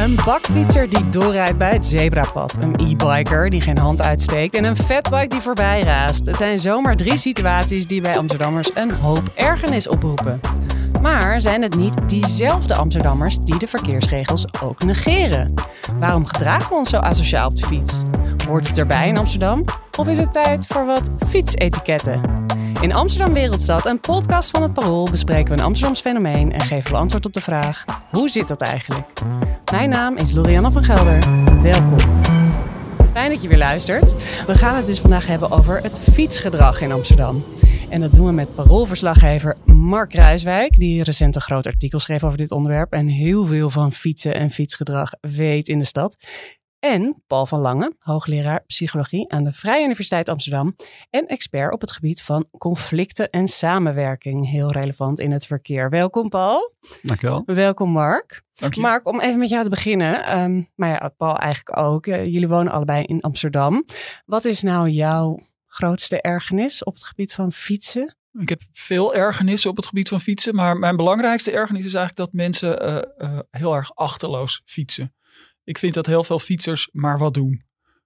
Een bakfietser die doorrijdt bij het zebrapad. Een e-biker die geen hand uitsteekt. En een fatbike die voorbij raast. Het zijn zomaar 3 situaties die bij Amsterdammers een hoop ergernis oproepen. Maar zijn het niet diezelfde Amsterdammers die de verkeersregels ook negeren? Waarom gedragen we ons zo asociaal op de fiets? Hoort het erbij in Amsterdam? Of is het tijd voor wat fietsetiketten? In Amsterdam Wereldstad, een podcast van het Parool, bespreken we een Amsterdams fenomeen en geven we antwoord op de vraag: hoe zit dat eigenlijk? Mijn naam is Lorianne van Gelder. Welkom. Fijn dat je weer luistert. We gaan het dus vandaag hebben over het fietsgedrag in Amsterdam. En dat doen we met Paroolverslaggever Mark Kruiswijk, die recent een groot artikel schreef over dit onderwerp en heel veel van fietsen en fietsgedrag weet in de stad. En Paul van Lange, hoogleraar psychologie aan de Vrije Universiteit Amsterdam en expert op het gebied van conflicten en samenwerking. Heel relevant in het verkeer. Welkom Paul. Dankjewel. Welkom Mark. Dank je. Mark, om even met jou te beginnen, maar ja, Paul eigenlijk ook. Jullie wonen allebei in Amsterdam. Wat is nou jouw grootste ergernis op het gebied van fietsen? Ik heb veel ergernissen op het gebied van fietsen, maar mijn belangrijkste ergernis is eigenlijk dat mensen heel erg achterloos fietsen. Ik vind dat heel veel fietsers maar wat doen.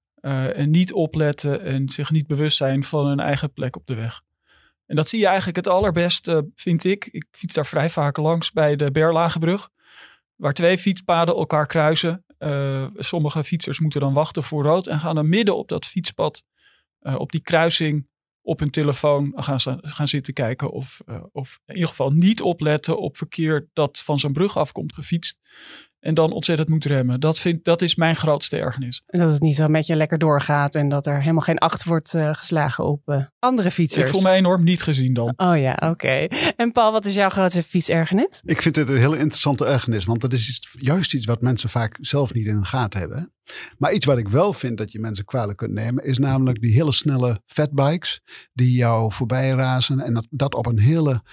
En niet opletten en zich niet bewust zijn van hun eigen plek op de weg. En dat zie je eigenlijk het allerbest, vind ik. Ik fiets daar vrij vaak langs bij de Berlagebrug. Waar 2 fietspaden elkaar kruisen. Sommige fietsers moeten dan wachten voor rood en gaan dan midden op dat fietspad, op die kruising, op hun telefoon gaan zitten kijken. Of in ieder geval niet opletten op verkeer dat van zo'n brug afkomt gefietst. En dan ontzettend moet remmen. Dat is mijn grootste ergernis. En dat het niet zo met je lekker doorgaat en dat er helemaal geen acht wordt geslagen op andere fietsers. Ik voel me enorm niet gezien dan. Oh ja, oké. En Paul, wat is jouw grootste fietsergernis? Ik vind het een hele interessante ergernis. Want dat is juist iets wat mensen vaak zelf niet in de gaten hebben. Maar iets wat ik wel vind dat je mensen kwalijk kunt nemen, is namelijk die hele snelle fatbikes die jou voorbij razen. En dat op een hele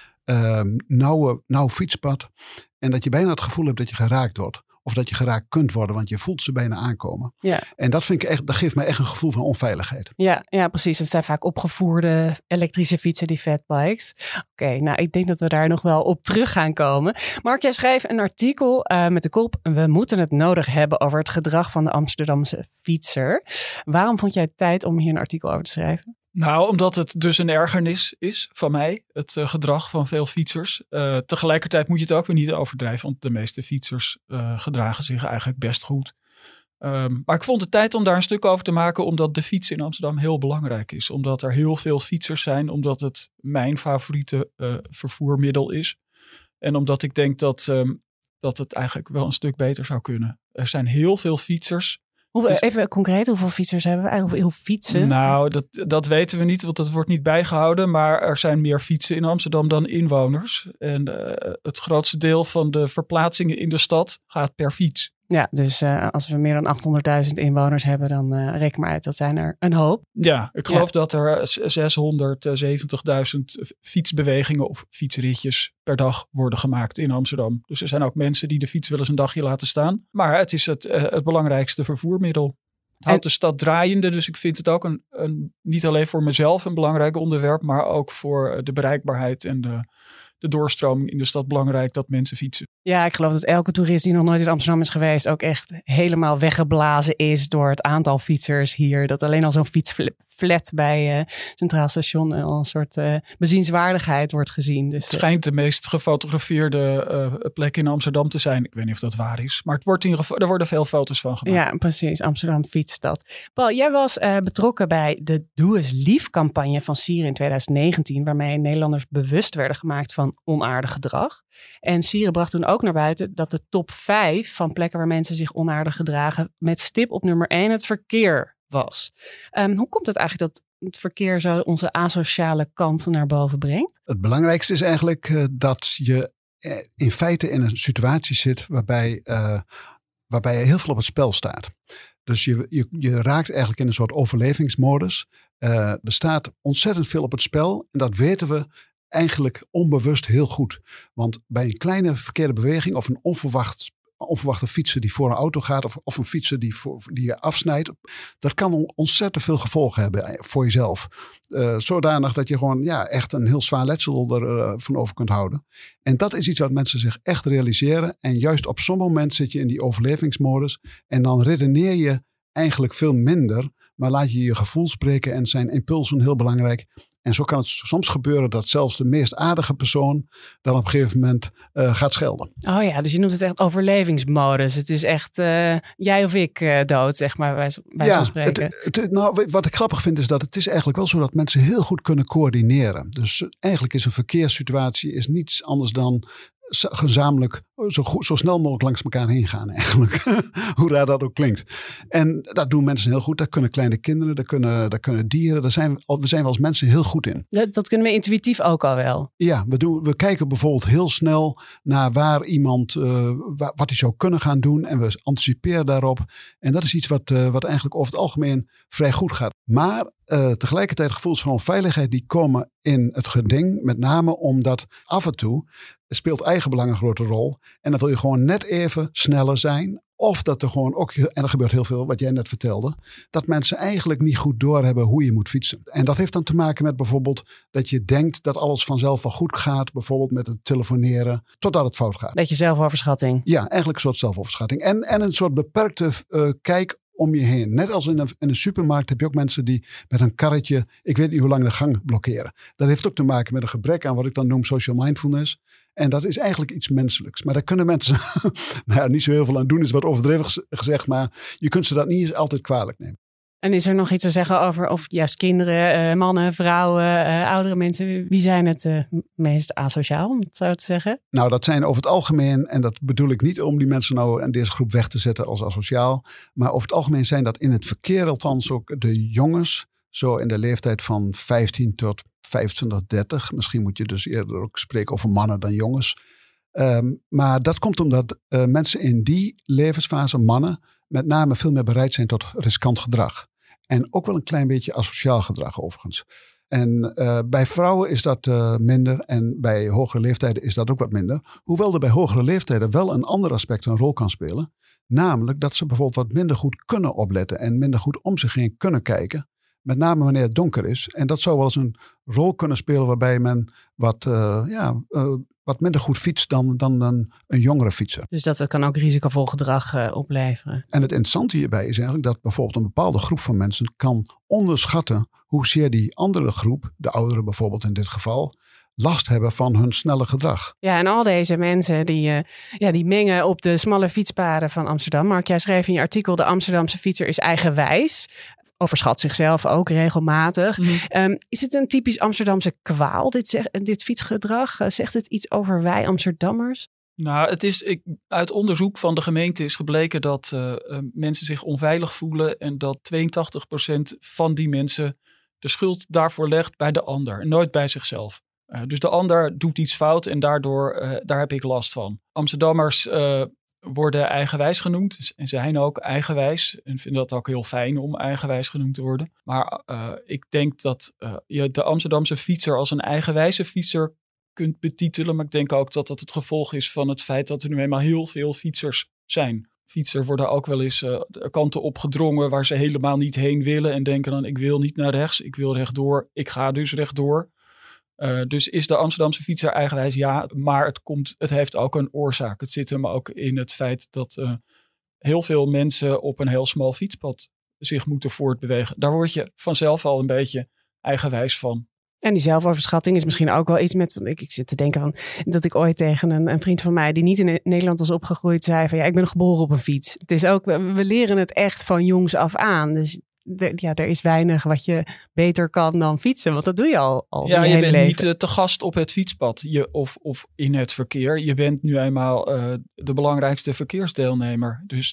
nauw fietspad. En dat je bijna het gevoel hebt dat je geraakt wordt. Of dat je geraakt kunt worden, want je voelt ze bijna aankomen. Ja. En dat geeft mij echt een gevoel van onveiligheid. Ja, precies. Het zijn vaak opgevoerde elektrische fietsen, die fatbikes. Oké, nou ik denk dat we daar nog wel op terug gaan komen. Mark, jij schreef een artikel met de kop: we moeten het nodig hebben over het gedrag van de Amsterdamse fietser. Waarom vond jij tijd om hier een artikel over te schrijven? Nou, omdat het dus een ergernis is van mij, het gedrag van veel fietsers. Tegelijkertijd moet je het ook weer niet overdrijven, want de meeste fietsers gedragen zich eigenlijk best goed. Maar ik vond het tijd om daar een stuk over te maken, omdat de fiets in Amsterdam heel belangrijk is. Omdat er heel veel fietsers zijn, omdat het mijn favoriete vervoermiddel is. En omdat ik denk dat het eigenlijk wel een stuk beter zou kunnen. Er zijn heel veel fietsers. Even concreet, hoeveel fietsers hebben we eigenlijk? Hoeveel fietsen? Nou, dat weten we niet, want dat wordt niet bijgehouden. Maar er zijn meer fietsen in Amsterdam dan inwoners. En het grootste deel van de verplaatsingen in de stad gaat per fiets. Ja, dus als we meer dan 800.000 inwoners hebben, dan reken maar uit, dat zijn er een hoop. Ja, ik geloof dat er 670.000 fietsbewegingen of fietsritjes per dag worden gemaakt in Amsterdam. Dus er zijn ook mensen die de fiets wel eens een dagje laten staan. Maar het is het belangrijkste vervoermiddel. Het houdt de stad draaiende, dus ik vind het ook niet alleen voor mezelf een belangrijk onderwerp, maar ook voor de bereikbaarheid en de doorstroming in de stad belangrijk dat mensen fietsen. Ja, ik geloof dat elke toerist die nog nooit in Amsterdam is geweest ook echt helemaal weggeblazen is door het aantal fietsers hier. Dat alleen al zo'n fietsflat bij Centraal Station al een soort bezienswaardigheid wordt gezien. Dus, het schijnt de meest gefotografeerde plek in Amsterdam te zijn. Ik weet niet of dat waar is, maar er worden veel foto's van gemaakt. Ja, precies. Amsterdam fietsstad. Paul, jij was betrokken bij de Doe eens lief campagne van Sieren in 2019, waarmee Nederlanders bewust werden gemaakt van onaardig gedrag. En Sieren bracht toen ook naar buiten dat de top 5 van plekken waar mensen zich onaardig gedragen met stip op nummer 1 het verkeer was. Hoe komt het eigenlijk dat het verkeer zo onze asociale kant naar boven brengt? Het belangrijkste is eigenlijk dat je in feite in een situatie zit waarbij heel veel op het spel staat. Dus je raakt eigenlijk in een soort overlevingsmodus. Er staat ontzettend veel op het spel en dat weten we eigenlijk onbewust heel goed. Want bij een kleine verkeerde beweging of een onverwacht onverwachte fietser die voor een auto gaat of een fietser die je afsnijdt. Dat kan ontzettend veel gevolgen hebben voor jezelf. Zodanig dat je gewoon echt een heel zwaar letsel ervan over kunt houden. En dat is iets wat mensen zich echt realiseren. En juist op zo'n moment zit je in die overlevingsmodus. En dan redeneer je eigenlijk veel minder. Maar laat je je gevoel spreken en zijn impulsen heel belangrijk. En zo kan het soms gebeuren dat zelfs de meest aardige persoon dan op een gegeven moment gaat schelden. Oh ja, dus je noemt het echt overlevingsmodus. Het is echt jij of ik dood, zeg maar, bij zo'n spreken. Wat ik grappig vind is dat het is eigenlijk wel zo dat mensen heel goed kunnen coördineren. Dus eigenlijk is een verkeerssituatie is niets anders dan gezamenlijk zo snel mogelijk langs elkaar heen gaan eigenlijk. Hoe raar dat ook klinkt. En dat doen mensen heel goed. Daar kunnen kleine kinderen, daar kunnen dieren. We zijn wel als mensen heel goed in. Dat kunnen we intuïtief ook al wel. Ja, we kijken bijvoorbeeld heel snel naar waar iemand, wat hij zou kunnen gaan doen. En we anticiperen daarop. En dat is iets wat eigenlijk over het algemeen vrij goed gaat. Maar tegelijkertijd gevoelens van onveiligheid die komen in het geding. Met name omdat af en toe speelt eigenbelang een grote rol. En dan wil je gewoon net even sneller zijn. Of dat er gewoon ook, en er gebeurt heel veel wat jij net vertelde. Dat mensen eigenlijk niet goed doorhebben hoe je moet fietsen. En dat heeft dan te maken met bijvoorbeeld dat je denkt dat alles vanzelf wel goed gaat. Bijvoorbeeld met het telefoneren. Totdat het fout gaat. Beetje zelfoverschatting. Ja, eigenlijk een soort zelfoverschatting. En een soort beperkte kijk om je heen. Net als in een supermarkt heb je ook mensen die met een karretje, ik weet niet hoe lang de gang blokkeren. Dat heeft ook te maken met een gebrek aan wat ik dan noem social mindfulness. En dat is eigenlijk iets menselijks. Maar daar kunnen mensen niet zo heel veel aan doen. Is wat overdreven gezegd. Maar je kunt ze dat niet eens altijd kwalijk nemen. En is er nog iets te zeggen over of juist kinderen, mannen, vrouwen, oudere mensen? Wie zijn het meest asociaal, om het zo te zeggen? Nou, dat zijn over het algemeen, en dat bedoel ik niet om die mensen nou in deze groep weg te zetten als asociaal. Maar over het algemeen zijn dat in het verkeer althans ook de jongens. Zo in de leeftijd van 15 tot 25, 30. Misschien moet je dus eerder ook spreken over mannen dan jongens. Maar dat komt omdat mensen in die levensfase, mannen, met name veel meer bereid zijn tot riskant gedrag. En ook wel een klein beetje asociaal gedrag overigens. En bij vrouwen is dat minder en bij hogere leeftijden is dat ook wat minder. Hoewel er bij hogere leeftijden wel een ander aspect een rol kan spelen. Namelijk dat ze bijvoorbeeld wat minder goed kunnen opletten en minder goed om zich heen kunnen kijken. Met name wanneer het donker is. En dat zou wel eens een rol kunnen spelen waarbij men wat minder goed fietst dan een jongere fietser. Dus dat kan ook risicovol gedrag opleveren. En het interessante hierbij is eigenlijk dat bijvoorbeeld een bepaalde groep van mensen kan onderschatten hoezeer die andere groep, de ouderen bijvoorbeeld in dit geval, last hebben van hun snelle gedrag. Ja, en al deze mensen die mengen op de smalle fietspaden van Amsterdam. Mark, jij schreef in je artikel: de Amsterdamse fietser is eigenwijs. Overschat zichzelf ook regelmatig. Is het een typisch Amsterdamse kwaal, dit fietsgedrag? Zegt het iets over wij Amsterdammers? Nou, uit onderzoek van de gemeente is gebleken dat mensen zich onveilig voelen. En dat 82% van die mensen de schuld daarvoor legt bij de ander. En nooit bij zichzelf. Dus de ander doet iets fout en daardoor daar heb ik last van. Amsterdammers worden eigenwijs genoemd en zijn ook eigenwijs en vinden dat ook heel fijn om eigenwijs genoemd te worden. Maar ik denk dat je de Amsterdamse fietser als een eigenwijze fietser kunt betitelen. Maar ik denk ook dat dat het gevolg is van het feit dat er nu eenmaal heel veel fietsers zijn. Fietsers worden ook wel eens kanten opgedrongen waar ze helemaal niet heen willen en denken dan: ik wil niet naar rechts, ik wil rechtdoor, ik ga dus rechtdoor. Dus is de Amsterdamse fietser eigenwijs? Ja, maar het heeft ook een oorzaak. Het zit hem ook in het feit dat heel veel mensen op een heel smal fietspad zich moeten voortbewegen. Daar word je vanzelf al een beetje eigenwijs van. En die zelfoverschatting is misschien ook wel iets met... Ik zit te denken van dat ik ooit tegen een vriend van mij die niet in Nederland was opgegroeid zei van: ja, ik ben geboren op een fiets. Het is ook, we leren het echt van jongs af aan. Dus er is weinig wat je beter kan dan fietsen. Want dat doe je al ja, je bent leven. niet te gast op het fietspad of in het verkeer. Je bent nu eenmaal de belangrijkste verkeersdeelnemer. Dus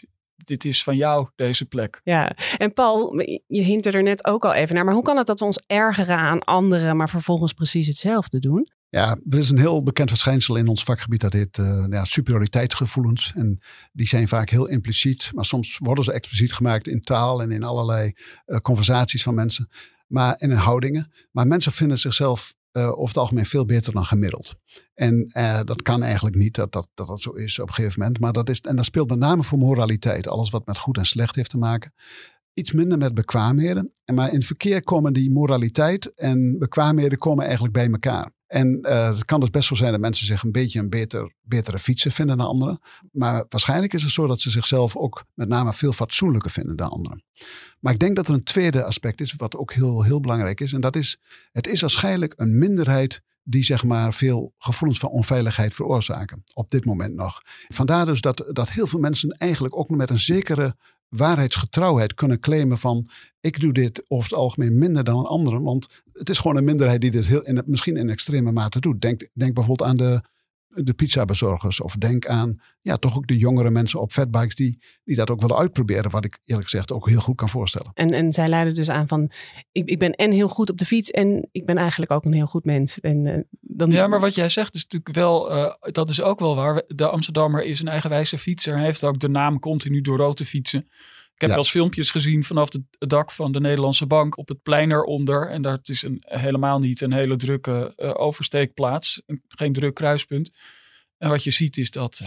dit is van jou, deze plek. Ja, en Paul, je hintte er net ook al even naar. Maar hoe kan het dat we ons ergeren aan anderen, maar vervolgens precies hetzelfde doen? Ja, er is een heel bekend verschijnsel in ons vakgebied. Dat heet superioriteitsgevoelens. En die zijn vaak heel impliciet. Maar soms worden ze expliciet gemaakt in taal en in allerlei conversaties van mensen. Maar in houdingen. Maar mensen vinden zichzelf over het algemeen veel beter dan gemiddeld. En dat kan eigenlijk niet dat zo is op een gegeven moment. Maar dat speelt met name voor moraliteit. Alles wat met goed en slecht heeft te maken. Iets minder met bekwaamheden. Maar in het verkeer komen die moraliteit en bekwaamheden komen eigenlijk bij elkaar. En het kan dus best zo zijn dat mensen zich een beetje een betere fietser vinden dan anderen. Maar waarschijnlijk is het zo dat ze zichzelf ook met name veel fatsoenlijker vinden dan anderen. Maar ik denk dat er een tweede aspect is wat ook heel, heel belangrijk is. En dat is, het is waarschijnlijk een minderheid die zeg maar veel gevoelens van onveiligheid veroorzaken. Op dit moment nog. Vandaar dus dat heel veel mensen eigenlijk ook met een zekere waarheidsgetrouwheid kunnen claimen van ik doe dit over het algemeen minder dan een andere. Want het is gewoon een minderheid die dit misschien in extreme mate doet. Denk bijvoorbeeld aan de pizzabezorgers. Of denk aan toch ook de jongere mensen op fatbikes die dat ook willen uitproberen. Wat ik eerlijk gezegd ook heel goed kan voorstellen. En zij leiden dus aan van ik ben en heel goed op de fiets en ik ben eigenlijk ook een heel goed mens. Ja, maar wat jij zegt is natuurlijk wel, dat is ook wel waar. De Amsterdammer is een eigenwijze fietser. Hij heeft ook de naam continu door rood te fietsen. Ik heb wel eens filmpjes gezien vanaf het dak van de Nederlandse Bank op het plein eronder. En dat is helemaal niet een hele drukke oversteekplaats. Geen druk kruispunt. En wat je ziet is dat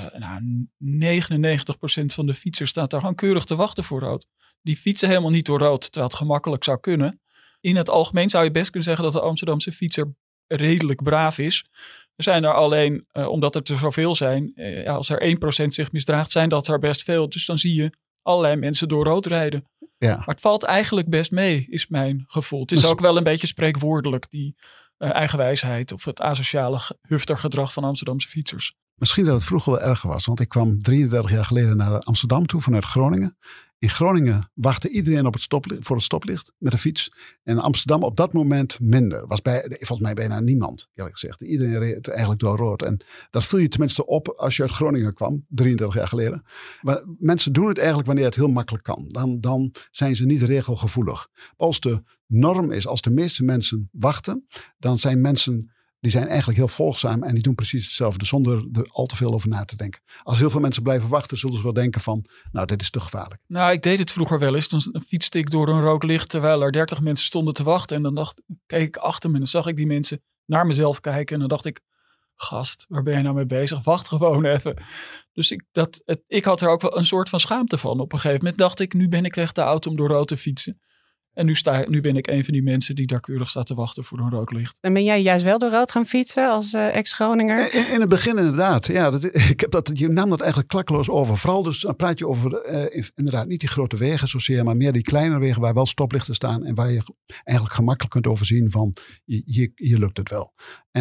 99% van de fietsers staat daar gewoon keurig te wachten voor rood. Die fietsen helemaal niet door rood, terwijl het gemakkelijk zou kunnen. In het algemeen zou je best kunnen zeggen dat de Amsterdamse fietser redelijk braaf is. Er zijn er alleen, omdat er zoveel zijn, als er 1% zich misdraagt, zijn dat er best veel. Dus dan zie je allerlei mensen door rood rijden. Ja. Maar het valt eigenlijk best mee, is mijn gevoel. Het is ook wel een beetje spreekwoordelijk, die eigenwijsheid of het asociale huftergedrag van Amsterdamse fietsers. Misschien dat het vroeger wel erger was, want ik kwam 33 jaar geleden naar Amsterdam toe vanuit Groningen. In Groningen wachtte iedereen op voor het stoplicht met een fiets. En in Amsterdam op dat moment minder. Was volgens mij bijna niemand, eerlijk gezegd. Iedereen reed eigenlijk door rood. En dat viel je tenminste op als je uit Groningen kwam, 33 jaar geleden. Maar mensen doen het eigenlijk wanneer het heel makkelijk kan. Dan zijn ze niet regelgevoelig. Als de norm is, als de meeste mensen wachten, dan zijn mensen die zijn eigenlijk heel volgzaam en die doen precies hetzelfde zonder er al te veel over na te denken. Als heel veel mensen blijven wachten, zullen ze wel denken van, nou, dit is te gevaarlijk. Nou, ik deed het vroeger wel eens. Dan fietste ik door een rood licht terwijl er 30 mensen stonden te wachten. En dan keek ik achter me en dan zag ik die mensen naar mezelf kijken. En dan dacht ik, gast, waar ben je nou mee bezig? Wacht gewoon even. Dus ik had er ook wel een soort van schaamte van. Op een gegeven moment dacht ik, nu ben ik echt te oud om door rood te fietsen. En nu ben ik een van die mensen die daar keurig staat te wachten voor een rood licht. En ben jij juist wel door rood gaan fietsen als ex-Groninger? In het begin inderdaad. Ja, je nam dat eigenlijk klakkeloos over. Vooral dus dan praat je over inderdaad niet die grote wegen zozeer, maar meer die kleinere wegen waar wel stoplichten staan en waar je eigenlijk gemakkelijk kunt overzien van hier lukt het wel.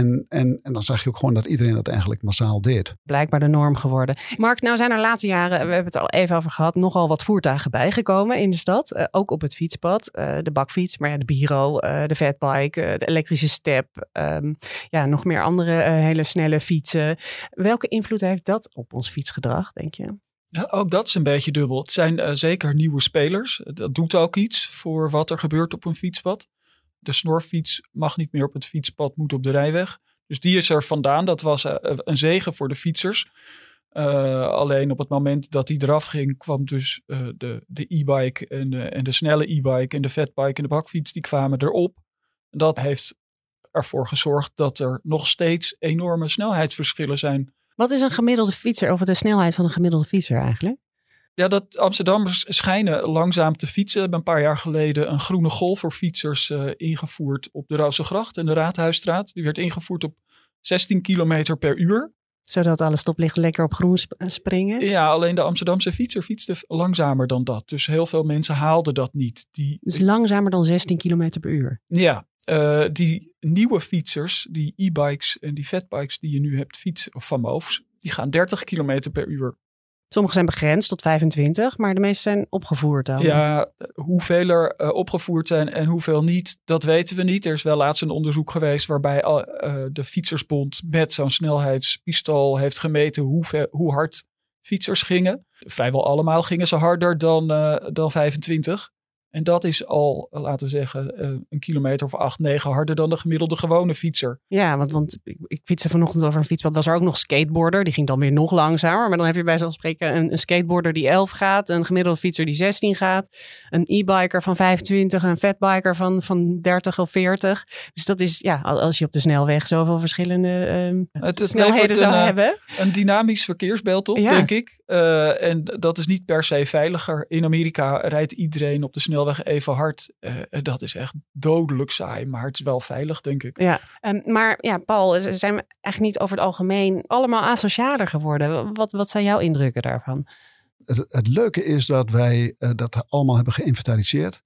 En dan zag je ook gewoon dat iedereen dat eigenlijk massaal deed. Blijkbaar de norm geworden. Mark, nou zijn er de laatste jaren, we hebben het al even over gehad, nogal wat voertuigen bijgekomen in de stad. Ook op het fietspad. De bakfiets, maar de Biro, de fatbike, de elektrische step. Nog meer andere hele snelle fietsen. Welke invloed heeft dat op ons fietsgedrag, denk je? Ja, ook dat is een beetje dubbel. Het zijn zeker nieuwe spelers. Dat doet ook iets voor wat er gebeurt op een fietspad. De snorfiets mag niet meer op het fietspad, moet op de rijweg. Dus die is er vandaan. Dat was een zegen voor de fietsers. Alleen op het moment dat die eraf ging, kwam dus de e-bike en de snelle e-bike en de fatbike en de bakfiets, die kwamen erop. Dat heeft ervoor gezorgd dat er nog steeds enorme snelheidsverschillen zijn. Wat is een gemiddelde fietser, of de snelheid van een gemiddelde fietser eigenlijk? Ja, dat Amsterdammers schijnen langzaam te fietsen. We hebben een paar jaar geleden een groene golf voor fietsers ingevoerd op de Rozengracht en de Raadhuisstraat. Die werd ingevoerd op 16 kilometer per uur. Zodat alle stoplichten lekker op groen springen? Ja, alleen de Amsterdamse fietser fietste langzamer dan dat. Dus heel veel mensen haalden dat niet. Dus langzamer dan 16 kilometer per uur? Ja, die nieuwe fietsers, die e-bikes en die fatbikes die je nu hebt fietsen, of van MOVES, die gaan 30 kilometer per uur. Sommige zijn begrensd tot 25, maar de meeste zijn opgevoerd dan. Ja, hoeveel er opgevoerd zijn en hoeveel niet, dat weten we niet. Er is wel laatst een onderzoek geweest waarbij de Fietsersbond met zo'n snelheidspistool heeft gemeten hoe hard fietsers gingen. Vrijwel allemaal gingen ze harder dan 25. En dat is al, laten we zeggen, een kilometer of 8, 9 harder dan de gemiddelde gewone fietser. Ja, want ik fietste vanochtend over een fietspad. Was er ook nog skateboarder. Die ging dan weer nog langzamer. Maar dan heb je bij zo'n spreken een skateboarder die 11 gaat. Een gemiddelde fietser die 16 gaat. Een e-biker van 25. Een fatbiker van 30 of 40. Dus dat is, ja, als je op de snelweg zoveel verschillende snelheden zou hebben. Een dynamisch verkeersbeeld op, denk ik. En dat is niet per se veiliger. In Amerika rijdt iedereen op de snelweg even hard. Dat is echt dodelijk saai, maar het is wel veilig, denk ik. Ja, maar ja, Paul, zijn we eigenlijk niet over het algemeen allemaal asocialer geworden? Wat zijn jouw indrukken daarvan? Het leuke is dat wij dat allemaal hebben geïnventariseerd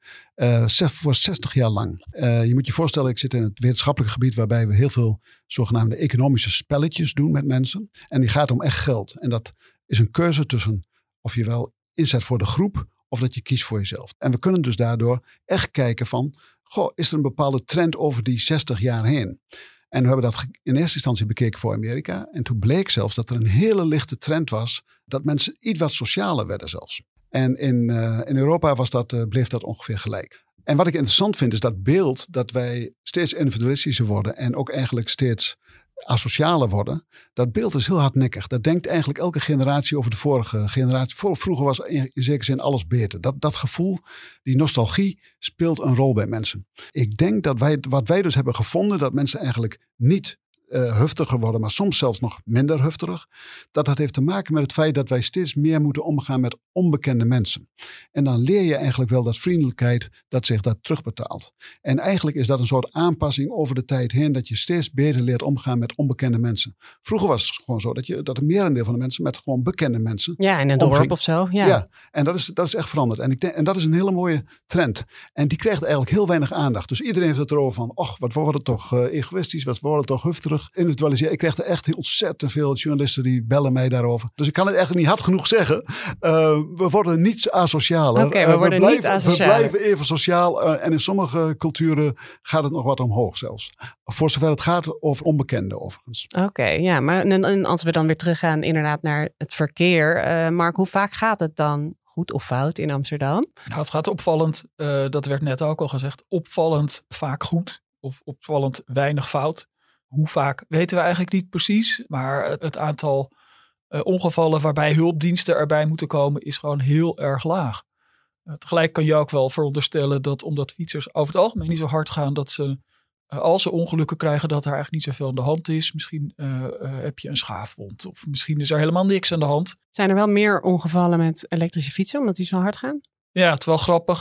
voor 60 jaar lang. Je moet je voorstellen, ik zit in het wetenschappelijke gebied waarbij we heel veel zogenaamde economische spelletjes doen met mensen. En die gaat om echt geld. En dat is een keuze tussen of je wel inzet voor de groep of dat je kiest voor jezelf. En we kunnen dus daardoor echt kijken van, is er een bepaalde trend over die 60 jaar heen? En we hebben dat in eerste instantie bekeken voor Amerika. En toen bleek zelfs dat er een hele lichte trend was dat mensen iets wat socialer werden zelfs. En in Europa bleef dat ongeveer gelijk. En wat ik interessant vind is dat beeld dat wij steeds individualistischer worden en ook eigenlijk steeds asocialer worden. Dat beeld is heel hardnekkig. Dat denkt eigenlijk elke generatie over de vorige generatie. Vroeger was in zekere zin alles beter. Dat gevoel, die nostalgie speelt een rol bij mensen. Ik denk dat wat wij dus hebben gevonden, dat mensen eigenlijk niet huftiger worden, maar soms zelfs nog minder hufterig. Dat heeft te maken met het feit dat wij steeds meer moeten omgaan met onbekende mensen. En dan leer je eigenlijk wel dat vriendelijkheid, dat zich dat terugbetaalt. En eigenlijk is dat een soort aanpassing over de tijd heen, dat je steeds beter leert omgaan met onbekende mensen. Vroeger was het gewoon zo dat een merendeel van de mensen met gewoon bekende mensen. Ja, in een dorp of zo. Ja, en dat is echt veranderd. En dat is een hele mooie trend. En die krijgt eigenlijk heel weinig aandacht. Dus iedereen heeft het erover van, wat wordt het toch egoïstisch, wat wordt het toch hufterig. Individualiseren. Ik krijg er echt ontzettend veel journalisten die bellen mij daarover. Dus ik kan het eigenlijk niet hard genoeg zeggen. We worden niet asocialer. Oké, we worden niet asocialer. We blijven even sociaal. En in sommige culturen gaat het nog wat omhoog zelfs. Voor zover het gaat over onbekenden overigens. Oké, ja. Maar en als we dan weer teruggaan inderdaad naar het verkeer. Mark, hoe vaak gaat het dan goed of fout in Amsterdam? Nou, het gaat opvallend. Dat werd net ook al gezegd. Opvallend vaak goed. Of opvallend weinig fout. Hoe vaak weten we eigenlijk niet precies. Maar het aantal ongevallen waarbij hulpdiensten erbij moeten komen is gewoon heel erg laag. Tegelijk kan je ook wel veronderstellen dat omdat fietsers over het algemeen niet zo hard gaan, dat ze als ze ongelukken krijgen dat er eigenlijk niet zoveel aan de hand is. Misschien heb je een schaafwond of misschien is er helemaal niks aan de hand. Zijn er wel meer ongevallen met elektrische fietsen omdat die zo hard gaan? Ja, het is wel grappig.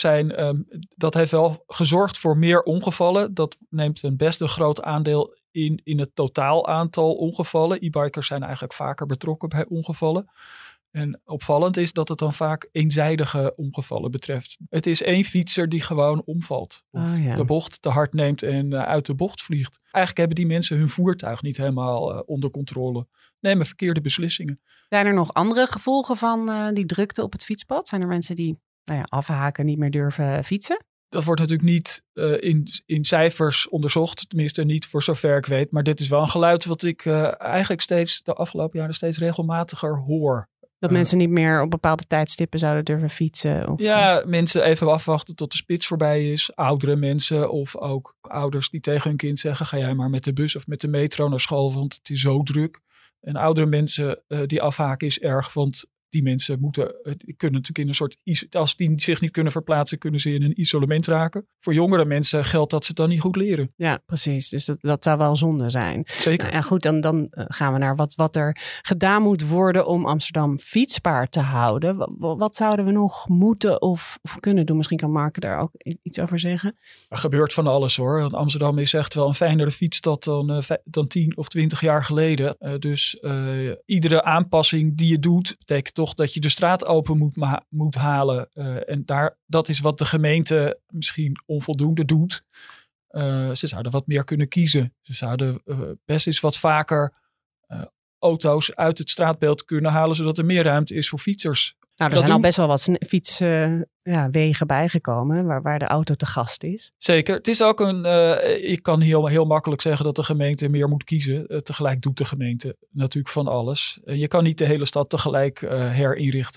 Dat heeft wel gezorgd voor meer ongevallen. Dat neemt best een groot aandeel in het totaal aantal ongevallen. E-bikers zijn eigenlijk vaker betrokken bij ongevallen. En opvallend is dat het dan vaak eenzijdige ongevallen betreft. Het is één fietser die gewoon omvalt. Of de bocht te hard neemt en uit de bocht vliegt. Eigenlijk hebben die mensen hun voertuig niet helemaal onder controle. Nemen verkeerde beslissingen. Zijn er nog andere gevolgen van die drukte op het fietspad? Zijn er mensen die afhaken, niet meer durven fietsen? Dat wordt natuurlijk niet in cijfers onderzocht. Tenminste niet voor zover ik weet. Maar dit is wel een geluid wat ik eigenlijk de afgelopen jaren steeds regelmatiger hoor. Dat mensen niet meer op bepaalde tijdstippen zouden durven fietsen? Of... Ja, mensen even afwachten tot de spits voorbij is. Oudere mensen of ook ouders die tegen hun kind zeggen, ga jij maar met de bus of met de metro naar school, want het is zo druk. En oudere mensen die afhaken is erg, want die mensen kunnen natuurlijk in een soort, als die zich niet kunnen verplaatsen, kunnen ze in een isolement raken. Voor jongere mensen geldt dat ze het dan niet goed leren. Ja, precies. Dus dat zou wel zonde zijn. Zeker. Nou, en goed, dan gaan we naar wat er gedaan moet worden om Amsterdam fietsbaar te houden. Wat zouden we nog moeten of kunnen doen? Misschien kan Mark daar ook iets over zeggen. Er gebeurt van alles hoor. Want Amsterdam is echt wel een fijnere fietsstad dan 10 of 20 jaar geleden. Dus iedere aanpassing die je doet, betekent toch dat je de straat open moet halen. En dat is wat de gemeente misschien onvoldoende doet. Ze zouden wat meer kunnen kiezen. Ze zouden best eens wat vaker auto's uit het straatbeeld kunnen halen, zodat er meer ruimte is voor fietsers. Nou, er zijn al best wel wat fietswegen bijgekomen waar de auto te gast is. Zeker. Het is ook ik kan heel makkelijk zeggen dat de gemeente meer moet kiezen. Tegelijk doet de gemeente natuurlijk van alles. Je kan niet de hele stad tegelijk herinrichten.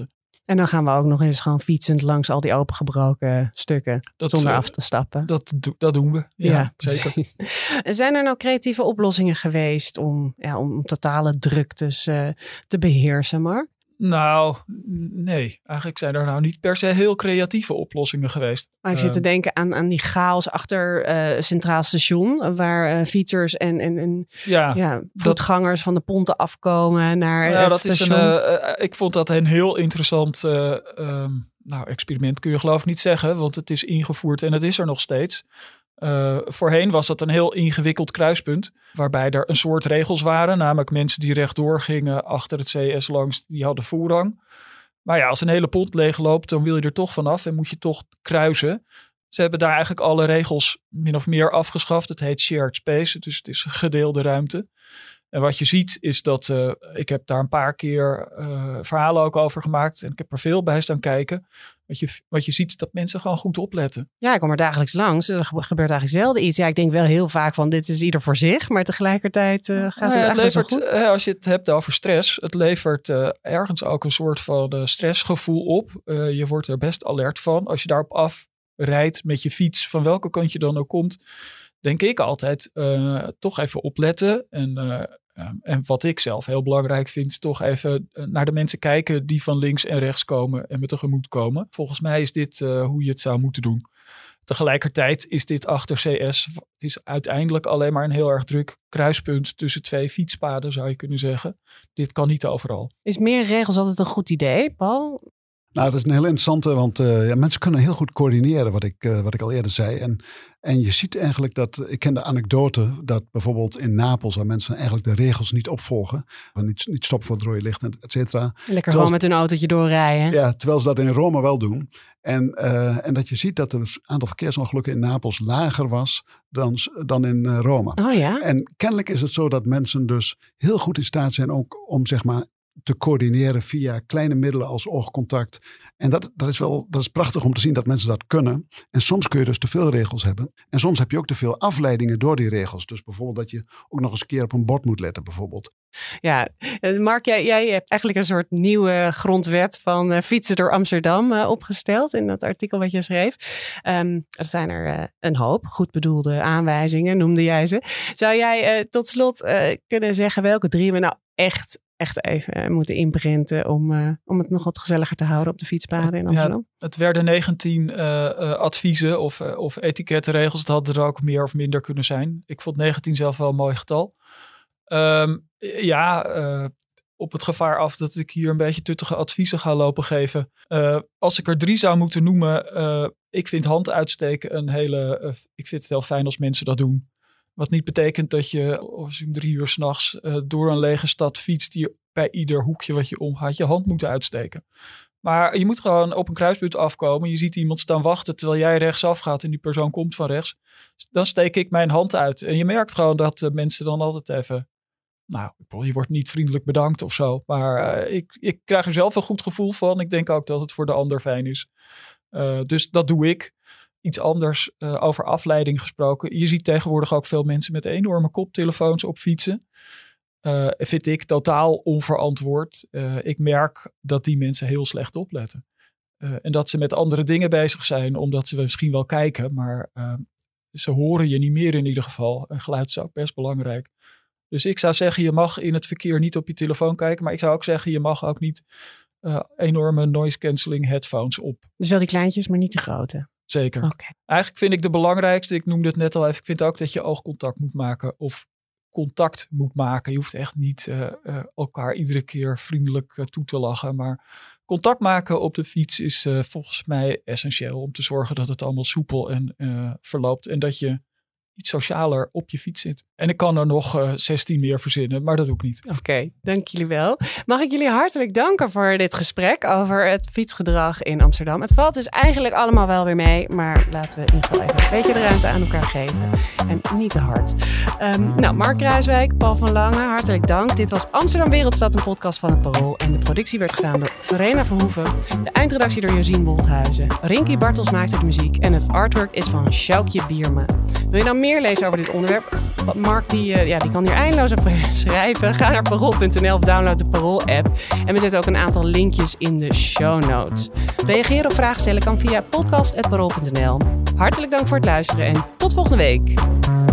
En dan gaan we ook nog eens gewoon fietsend langs al die opengebroken stukken zonder af te stappen. Dat doen we, ja zeker. Zijn er nou creatieve oplossingen geweest om totale druktes te beheersen, Mark? Nou, nee. Eigenlijk zijn er nou niet per se heel creatieve oplossingen geweest. Maar ik zit te denken aan die chaos achter Centraal Station. Waar fietsers en voetgangers van de ponten afkomen naar het station. Ik vond dat een heel interessant experiment, kun je geloof ik niet zeggen. Want het is ingevoerd en het is er nog steeds. Voorheen was dat een heel ingewikkeld kruispunt. Waarbij er een soort regels waren. Namelijk mensen die rechtdoor gingen achter het CS langs, die hadden voorrang. Maar ja, als een hele pont leeg loopt, dan wil je er toch vanaf en moet je toch kruisen. Ze hebben daar eigenlijk alle regels min of meer afgeschaft. Het heet shared space, dus het is gedeelde ruimte. En wat je ziet is dat, ik heb daar een paar keer verhalen ook over gemaakt. En ik heb er veel bij staan kijken. Wat je ziet is dat mensen gewoon goed opletten. Ja, ik kom er dagelijks langs. Er gebeurt eigenlijk zelden iets. Ja, ik denk wel heel vaak van dit is ieder voor zich. Maar tegelijkertijd gaat het levert zo goed. Als je het hebt over stress. Het levert ergens ook een soort van stressgevoel op. Je wordt er best alert van. Als je daarop afrijdt met je fiets, van welke kant je dan ook komt, denk ik altijd toch even opletten. En wat ik zelf heel belangrijk vind, toch even naar de mensen kijken die van links en rechts komen en me tegemoet komen. Volgens mij is dit hoe je het zou moeten doen. Tegelijkertijd is dit achter CS, het is uiteindelijk alleen maar een heel erg druk kruispunt tussen twee fietspaden, zou je kunnen zeggen. Dit kan niet overal. Is meer regels altijd een goed idee, Paul? Nou, dat is een heel interessante, want mensen kunnen heel goed coördineren, wat ik al eerder zei. En je ziet eigenlijk dat, ik ken de anekdote dat bijvoorbeeld in Napels, waar mensen eigenlijk de regels niet opvolgen, niet stoppen voor het rode licht, et cetera. Lekker gewoon met hun autootje doorrijden. Ja, terwijl ze dat in Rome wel doen. En dat je ziet dat het aantal verkeersongelukken in Napels lager was dan in Rome. Oh ja? En kennelijk is het zo dat mensen dus heel goed in staat zijn ook om zeg maar te coördineren via kleine middelen als oogcontact. En dat is prachtig om te zien dat mensen dat kunnen. En soms kun je dus te veel regels hebben. En soms heb je ook te veel afleidingen door die regels. Dus bijvoorbeeld dat je ook nog eens een keer op een bord moet letten bijvoorbeeld. Ja, Mark, jij hebt eigenlijk een soort nieuwe grondwet van fietsen door Amsterdam opgesteld in dat artikel wat je schreef. Er zijn er een hoop goed bedoelde aanwijzingen, noemde jij ze. Zou jij tot slot kunnen zeggen welke 3 we nou echt even moeten inprinten om het nog wat gezelliger te houden op de fietspaden in Amsterdam? Ja, het werden 19 adviezen of etikettenregels. Het hadden er ook meer of minder kunnen zijn. Ik vond 19 zelf wel een mooi getal. Op het gevaar af dat ik hier een beetje tuttige adviezen ga lopen geven. Als ik er 3 zou moeten noemen. Ik vind hand uitsteken ik vind het heel fijn als mensen dat doen. Wat niet betekent dat je als je om 3 uur 's nachts door een lege stad fietst, die bij ieder hoekje wat je omgaat je hand moet uitsteken. Maar je moet gewoon op een kruispunt afkomen. Je ziet iemand staan wachten terwijl jij rechtsaf gaat en die persoon komt van rechts. Dan steek ik mijn hand uit. En je merkt gewoon dat mensen dan altijd even, je wordt niet vriendelijk bedankt of zo. Maar ik krijg er zelf een goed gevoel van. Ik denk ook dat het voor de ander fijn is. Dus dat doe ik. Iets anders over afleiding gesproken. Je ziet tegenwoordig ook veel mensen met enorme koptelefoons op fietsen. Vind ik totaal onverantwoord. Ik merk dat die mensen heel slecht opletten. En dat ze met andere dingen bezig zijn, omdat ze misschien wel kijken. Maar ze horen je niet meer in ieder geval. En geluid is ook best belangrijk. Dus ik zou zeggen, je mag in het verkeer niet op je telefoon kijken. Maar ik zou ook zeggen, je mag ook niet enorme noise cancelling headphones op. Dus wel die kleintjes, maar niet de grote. Zeker. Okay. Eigenlijk vind ik de belangrijkste, ik noemde het net al even, ik vind ook dat je oogcontact moet maken of contact moet maken. Je hoeft echt niet elkaar iedere keer vriendelijk toe te lachen, maar contact maken op de fiets is volgens mij essentieel om te zorgen dat het allemaal soepel en verloopt en dat je iets socialer op je fiets zit. En ik kan er nog 16 meer verzinnen, maar dat doe ik niet. Oké, dank jullie wel. Mag ik jullie hartelijk danken voor dit gesprek over het fietsgedrag in Amsterdam. Het valt dus eigenlijk allemaal wel weer mee, maar laten we in ieder geval even een beetje de ruimte aan elkaar geven. En niet te hard. Mark Kruijswijk, Paul van Lange, hartelijk dank. Dit was Amsterdam Wereldstad, een podcast van het Parool. En de productie werd gedaan door Verena Verhoeven. De eindredactie door Josien Wolthuizen. Rinky Bartels maakte de muziek en het artwork is van Sjoukje Bierma. Wil je nou meer lezen over dit onderwerp? Mark die kan hier eindeloos over schrijven. Ga naar parool.nl of download de Parool-app. En we zetten ook een aantal linkjes in de show notes. Reageren of vragen stellen kan via podcast@parool.nl. Hartelijk dank voor het luisteren en tot volgende week.